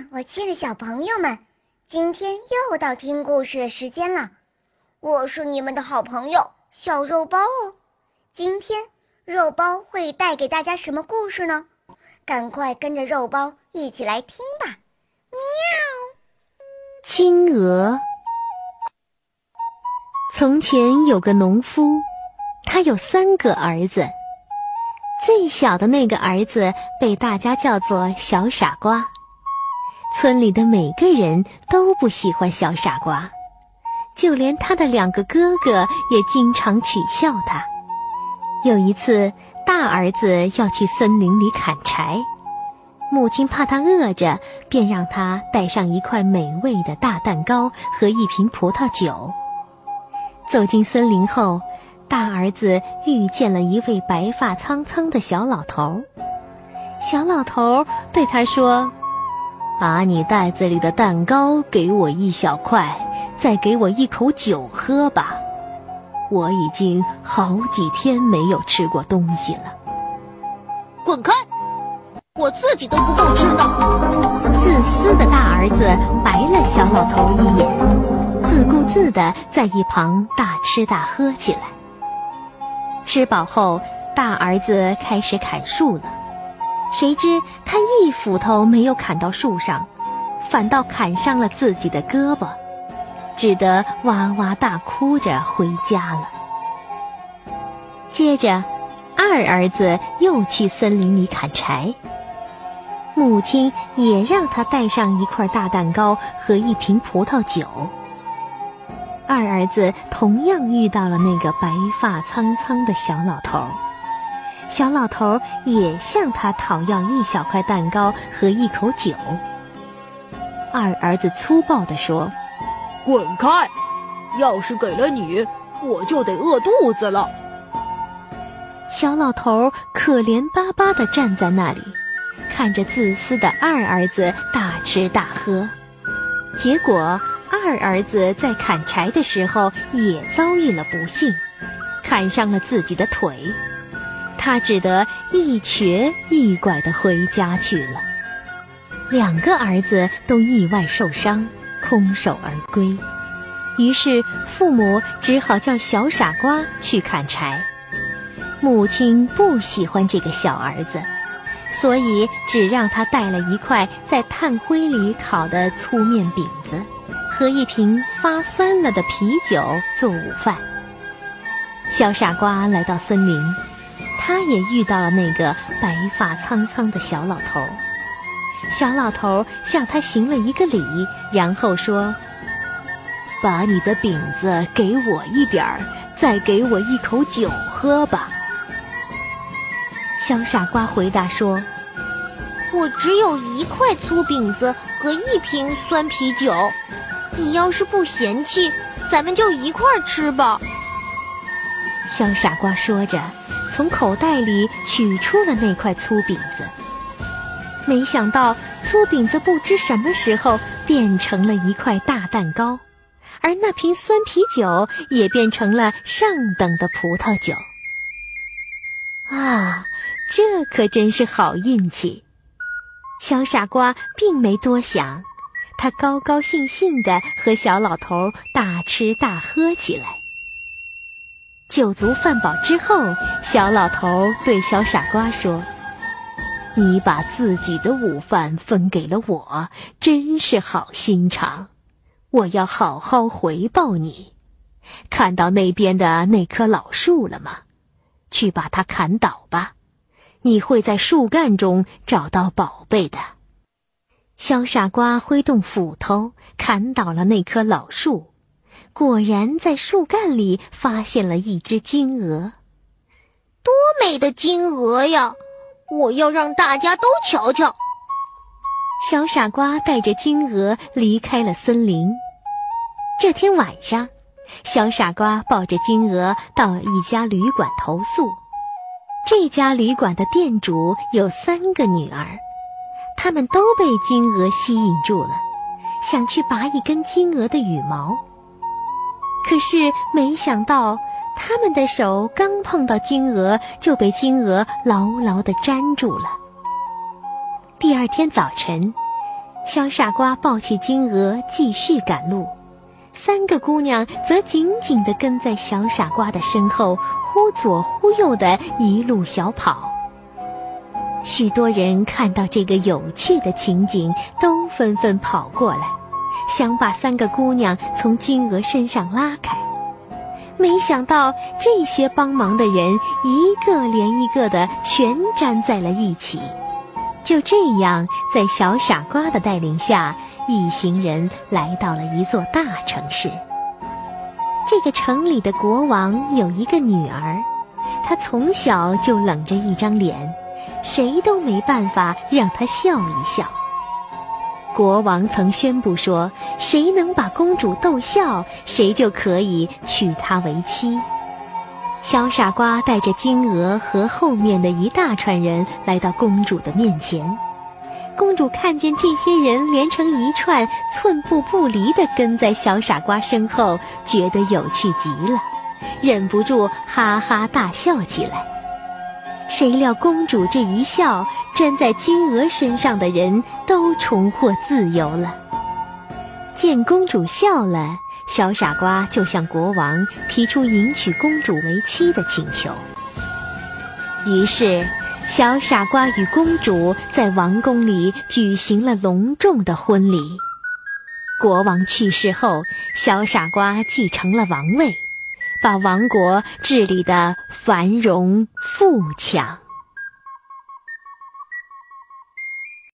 我亲爱的小朋友们，今天又到听故事的时间了。我是你们的好朋友小肉包哦。今天肉包会带给大家什么故事呢？赶快跟着肉包一起来听吧。喵！ 金鹅。从前有个农夫，他有3个儿子，最小的那个儿子被大家叫做小傻瓜。村里的每个人都不喜欢小傻瓜，就连他的2个哥哥也经常取笑他。有一次，大儿子要去森林里砍柴，母亲怕他饿着，便让他带上一块美味的大蛋糕和一瓶葡萄酒。走进森林后，大儿子遇见了一位白发苍苍的小老头。小老头对他说：“把你袋子里的蛋糕给我1小块，再给我1口酒喝吧。我已经好几天没有吃过东西了。” 滚开！我自己都不够吃的。 自私的大儿子白了小老头一眼，自顾自地在一旁大吃大喝起来。吃饱后，大儿子开始砍树了。谁知他一斧头没有砍到树上，反倒砍伤了自己的胳膊，只得哇哇大哭着回家了。接着，二儿子又去森林里砍柴，母亲也让他带上一块大蛋糕和一瓶葡萄酒。二儿子同样遇到了那个白发苍苍的小老头，小老头也向他讨要1小块蛋糕和1口酒。二儿子粗暴地说：“ 滚开！要是给了你，我就得饿肚子了。” 小老头可怜巴巴地站在那里，看着自私的二儿子大吃大喝。结果二儿子在砍柴的时候也遭遇了不幸，砍伤了自己的腿，他只得一瘸一拐地回家去了。2个儿子都意外受伤，空手而归。于是父母只好叫小傻瓜去砍柴。母亲不喜欢这个小儿子，所以只让他带了一块在炭灰里烤的粗面饼子和一瓶发酸了的啤酒做午饭。小傻瓜来到森林，他也遇到了那个白发苍苍的小老头。小老头向他行了一个礼，然后说：“把你的饼子给我一点儿，再给我1口酒喝吧。”小傻瓜回答说：“ 我只有1块粗饼子和1瓶酸啤酒，你要是不嫌弃，咱们就一块吃吧。” 小傻瓜说着，从口袋里取出了那块粗饼子。没想到粗饼子不知什么时候变成了一块大蛋糕，而那瓶酸啤酒也变成了上等的葡萄酒。啊，这可真是好运气！小傻瓜并没多想，他高高兴兴地和小老头大吃大喝起来。酒足饭饱之后，小老头对小傻瓜说：“你把自己的午饭分给了我，真是好心肠，我要好好回报你。看到那边的那棵老树了吗？去把它砍倒吧，你会在树干中找到宝贝的。”小傻瓜挥动斧头，砍倒了那棵老树，果然在树干里发现了一只金鹅。 多美的金鹅呀！我要让大家都瞧瞧。 小傻瓜带着金鹅离开了森林。这天晚上，小傻瓜抱着金鹅到一家旅馆投宿。这家旅馆的店主有3个女儿，她们都被金鹅吸引住了，想去拔一根金鹅的羽毛。可是没想到，他们的手刚碰到金鹅，就被金鹅牢牢地粘住了。第2天早晨， 小傻瓜抱起金鹅继续赶路，3个姑娘则紧紧地跟在小傻瓜的身后，忽左忽右地一路小跑。许多人看到这个有趣的情景，都纷纷跑过来，想把3个姑娘从金鹅身上拉开。没想到这些帮忙的人一个连一个的全粘在了一起。就这样，在小傻瓜的带领下，一行人来到了一座大城市。这个城里的国王有一个女儿，她从小就冷着一张脸，谁都没办法让她笑一笑。国王曾宣布说，谁能把公主逗笑，谁就可以娶她为妻。小傻瓜带着金鹅和后面的一大串人来到公主的面前。公主看见这些人连成一串，寸步不离地跟在小傻瓜身后，觉得有趣极了，忍不住哈哈大笑起来。谁料公主这一笑，粘在金鹅身上的人都重获自由了。见公主笑了，小傻瓜就向国王提出迎娶公主为妻的请求。于是小傻瓜与公主在王宫里举行了隆重的婚礼。国王去世后，小傻瓜继承了王位，把王国治理得繁荣富强。